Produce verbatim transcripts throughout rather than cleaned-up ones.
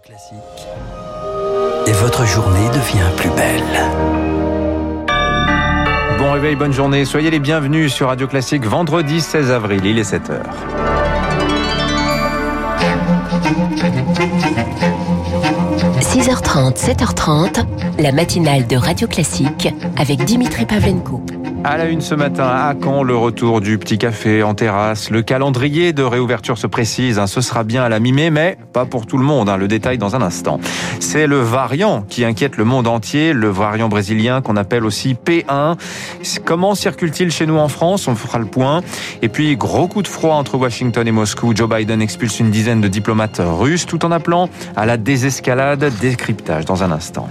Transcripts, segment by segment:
Classique. Et votre journée devient plus belle. Bon réveil, bonne journée. Soyez les bienvenus sur Radio Classique, vendredi seize avril, il est sept heures. six heures trente, sept heures trente, la matinale de Radio Classique avec Dimitri Pavlenko. À la une ce matin, à Caen, le retour du petit café en terrasse. Le calendrier de réouverture se précise, hein, ce sera bien à la mi-mai, mais pas pour tout le monde, hein, le détail dans un instant. C'est le variant qui inquiète le monde entier, le variant brésilien qu'on appelle aussi P un. Comment circule-t-il chez nous en France? On fera le point. Et puis, gros coup de froid entre Washington et Moscou. Joe Biden expulse une dizaine de diplomates russes, tout en appelant à la désescalade. Décryptage dans un instant.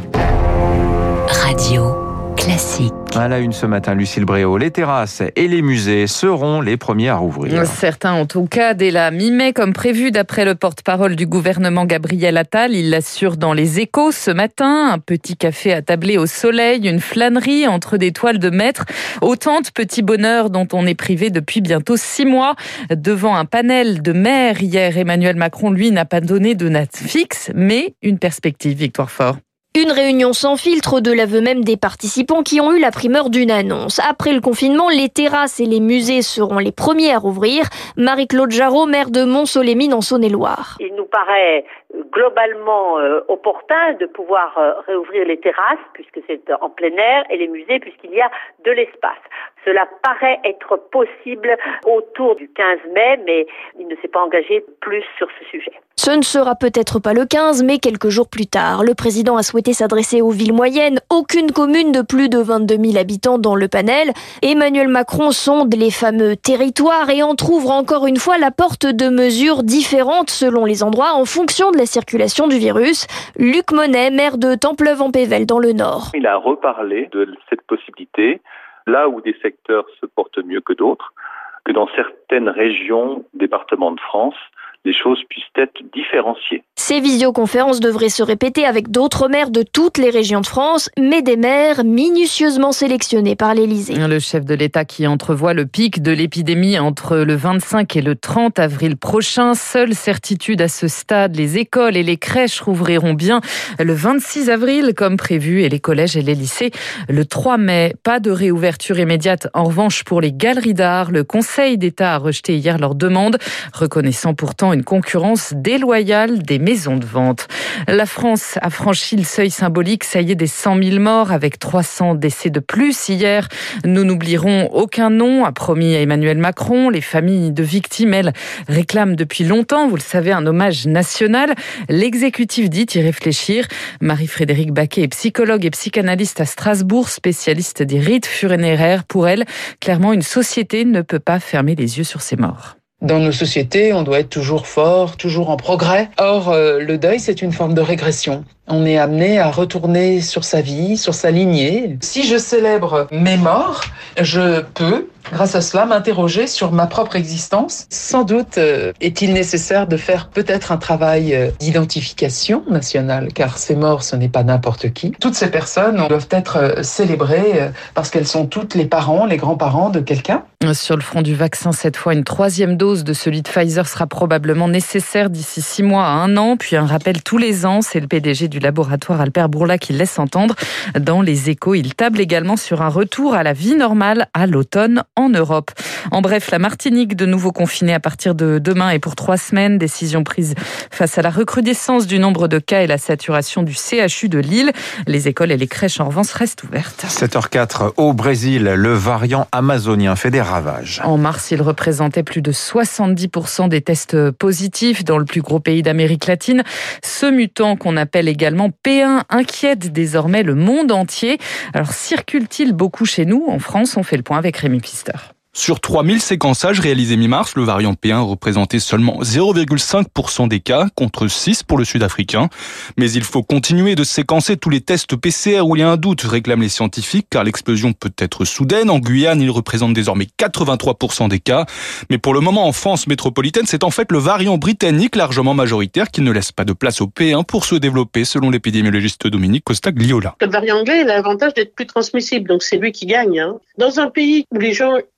Radio Classique. À la une ce matin, Lucille Bréau, les terrasses et les musées seront les premiers à rouvrir. Certains en tout cas dès la mi-mai comme prévu d'après le porte-parole du gouvernement Gabriel Attal. Il l'assure dans les Échos ce matin. Un petit café attablé au soleil, une flânerie entre des toiles de maître. Autant de petits bonheurs dont on est privé depuis bientôt six mois. Devant un panel de maires hier, Emmanuel Macron, lui, n'a pas donné de date fixe, mais une perspective. Victoire Fort. Une réunion sans filtre de l'aveu même des participants qui ont eu la primeur d'une annonce. Après le confinement, les terrasses et les musées seront les premiers à rouvrir. Marie-Claude Jarreau, maire de Mont-Solémine en Saône-et-Loire. Il nous paraît globalement euh, opportun de pouvoir euh, réouvrir les terrasses puisque c'est en plein air et les musées puisqu'il y a de l'espace. Cela paraît être possible autour du quinze mai, mais il ne s'est pas engagé plus sur ce sujet. Ce ne sera peut-être pas le quinze, mais quelques jours plus tard. Le président a souhaité s'adresser aux villes moyennes. Aucune commune de plus de vingt-deux mille habitants dans le panel. Emmanuel Macron sonde les fameux territoires et entrouvre encore une fois la porte de mesures différentes selon les endroits en fonction de la circulation du virus. Luc Monet, maire de Templeuve-en-Pévèle dans le Nord. Il a reparlé de cette possibilité, là où des secteurs se portent mieux que d'autres, que dans certaines régions, départements de France, les choses puissent être différenciées. Ces visioconférences devraient se répéter avec d'autres maires de toutes les régions de France, mais des maires minutieusement sélectionnés par l'Élysée. Le chef de l'État qui entrevoit le pic de l'épidémie entre le vingt-cinq et le trente avril prochain. Seule certitude à ce stade, les écoles et les crèches rouvriront bien le vingt-six avril comme prévu et les collèges et les lycées le trois mai. Pas de réouverture immédiate en revanche pour les galeries d'art. Le Conseil d'État a rejeté hier leur demande, reconnaissant pourtant une concurrence déloyale des maisons de vente. La France a franchi le seuil symbolique, ça y est, des cent mille morts avec trois cents décès de plus hier. Nous n'oublierons aucun nom, a promis Emmanuel Macron. Les familles de victimes, elles, réclament depuis longtemps, vous le savez, un hommage national. L'exécutif dit y réfléchir. Marie-Frédérique Baquet est psychologue et psychanalyste à Strasbourg, spécialiste des rites funéraires. Pour elle, clairement, une société ne peut pas fermer les yeux sur ces morts. Dans nos sociétés, on doit être toujours fort, toujours en progrès. Or, euh, le deuil, c'est une forme de régression. On est amené à retourner sur sa vie, sur sa lignée. Si je célèbre mes morts, je peux, grâce à cela, m'interroger sur ma propre existence. Sans doute euh, est-il nécessaire de faire peut-être un travail euh, d'identification nationale, car ces morts, ce n'est pas n'importe qui. Toutes ces personnes doivent être euh, célébrées euh, parce qu'elles sont toutes les parents, les grands-parents de quelqu'un. Sur le front du vaccin, cette fois, une troisième dose de celui de Pfizer sera probablement nécessaire d'ici six mois à un an. Puis un rappel tous les ans, c'est le P D G du laboratoire Alper Bourla qui laisse entendre. Dans les Échos, il table également sur un retour à la vie normale à l'automne en Europe. En bref, la Martinique de nouveau confinée à partir de demain et pour trois semaines. Décision prise face à la recrudescence du nombre de cas et la saturation du C H U de Lille. Les écoles et les crèches en revanche restent ouvertes. sept heures quatre au Brésil, le variant amazonien fait des ravages. En mars, il représentait plus de soixante-dix pour cent des tests positifs dans le plus gros pays d'Amérique latine. Ce mutant qu'on appelle également P un inquiète désormais le monde entier. Alors circule-t-il beaucoup chez nous? En France, on fait le point avec Rémi Pfister. Sur trois mille séquençages réalisés mi-mars, le variant P un représentait seulement zéro virgule cinq pour cent des cas, contre six pour le sud-africain. Mais il faut continuer de séquencer tous les tests P C R où il y a un doute, réclament les scientifiques, car l'explosion peut être soudaine. En Guyane, il représente désormais quatre-vingt-trois pour cent des cas. Mais pour le moment, en France métropolitaine, c'est en fait le variant britannique largement majoritaire qui ne laisse pas de place au P un pour se développer, selon l'épidémiologiste Dominique Costa-Gliola. Le variant anglais a l'avantage d'être plus transmissible, donc c'est lui qui gagne. Hein. Dans un pays où les gens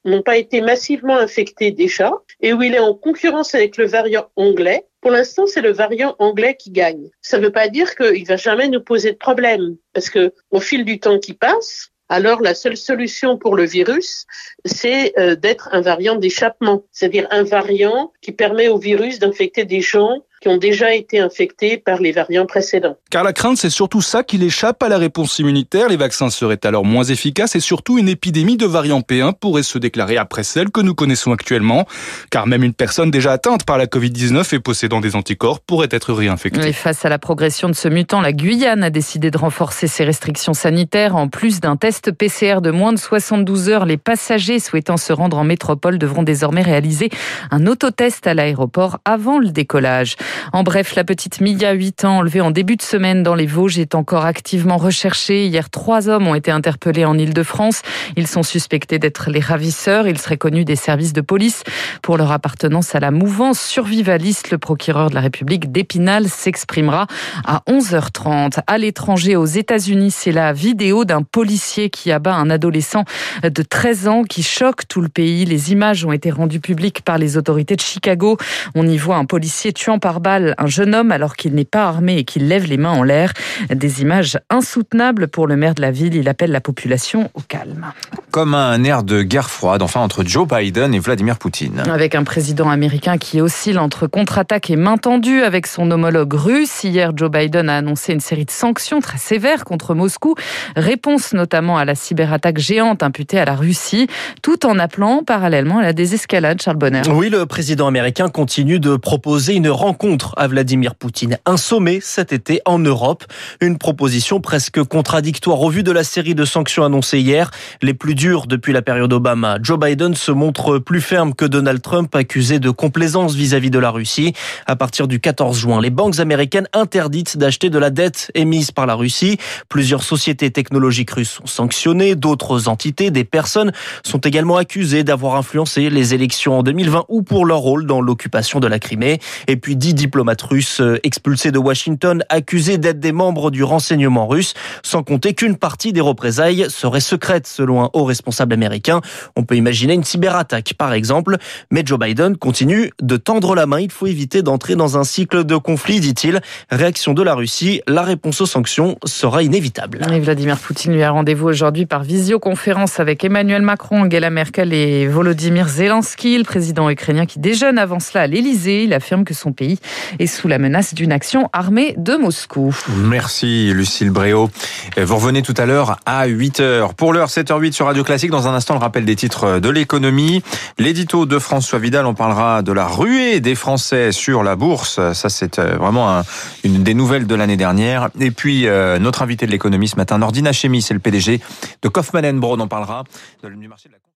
n'ont pas été massivement infectés déjà et où il est en concurrence avec le variant anglais, pour l'instant, c'est le variant anglais qui gagne. Ça ne veut pas dire qu'il va jamais nous poser de problème, parce que au fil du temps qui passe, alors la seule solution pour le virus, c'est euh, d'être un variant d'échappement, c'est-à-dire un variant qui permet au virus d'infecter des gens qui ont déjà été infectés par les variants précédents. Car la crainte, c'est surtout ça qu'il échappe à la réponse immunitaire. Les vaccins seraient alors moins efficaces et surtout une épidémie de variant P un pourrait se déclarer après celle que nous connaissons actuellement. Car même une personne déjà atteinte par la covid dix-neuf et possédant des anticorps pourrait être réinfectée. Et face à la progression de ce mutant, la Guyane a décidé de renforcer ses restrictions sanitaires. En plus d'un test P C R de moins de soixante-douze heures, les passagers souhaitant se rendre en métropole devront désormais réaliser un autotest à l'aéroport avant le décollage. En bref, la petite Mia, huit ans, enlevée en début de semaine dans les Vosges, est encore activement recherchée. Hier, trois hommes ont été interpellés en Île-de-France. Ils sont suspectés d'être les ravisseurs. Ils seraient connus des services de police pour leur appartenance à la mouvance survivaliste. Le procureur de la République d'Épinal s'exprimera à onze heures trente. À l'étranger, aux États-Unis, c'est la vidéo d'un policier qui abat un adolescent de treize ans qui choque tout le pays. Les images ont été rendues publiques par les autorités de Chicago. On y voit un policier tuant par balle un jeune homme alors qu'il n'est pas armé et qu'il lève les mains en l'air. Des images insoutenables pour le maire de la ville. Il appelle la population au calme. Comme un air de guerre froide, enfin entre Joe Biden et Vladimir Poutine. Avec un président américain qui oscille entre contre-attaque et main tendue avec son homologue russe. Hier, Joe Biden a annoncé une série de sanctions très sévères contre Moscou. Réponse notamment à la cyberattaque géante imputée à la Russie, tout en appelant parallèlement à la désescalade. Charles Bonner. Oui, le président américain continue de proposer une rencontre à Vladimir Poutine. Un sommet cet été en Europe. Une proposition presque contradictoire au vu de la série de sanctions annoncées hier, les plus dures depuis la période Obama. Joe Biden se montre plus ferme que Donald Trump, accusé de complaisance vis-à-vis de la Russie. À partir du quatorze juin, les banques américaines interdites d'acheter de la dette émise par la Russie. Plusieurs sociétés technologiques russes sont sanctionnées. D'autres entités, des personnes, sont également accusées d'avoir influencé les élections en deux mille vingt ou pour leur rôle dans l'occupation de la Crimée. Et puis dix diplomates russes expulsés de Washington, accusés d'être des membres du renseignement russe, sans compter qu'une partie des représailles serait secrète selon un haut responsable américain. On peut imaginer une cyberattaque par exemple, mais Joe Biden continue de tendre la main. Il faut éviter d'entrer dans un cycle de conflit, dit-il. Réaction de la Russie, la réponse aux sanctions sera inévitable. Et Vladimir Poutine lui a rendez-vous aujourd'hui par visioconférence avec Emmanuel Macron, Angela Merkel et Volodymyr Zelensky, le président ukrainien qui déjeune avant cela à l'Elysée. Il affirme que son pays est sous la menace d'une action armée de Moscou. Merci Lucille Bréau. Vous revenez tout à l'heure à huit heures. Pour l'heure, sept heures huit sur Radio Classique. Dans un instant, le rappel des titres de l'économie. L'édito de François Vidal, on parlera de la ruée des Français sur la bourse. Ça, c'est vraiment un, une des nouvelles de l'année dernière. Et puis, euh, notre invité de l'économie ce matin, Nordine Hachemi, c'est le P D G de Kaufmann and Broad. On parlera du marché de la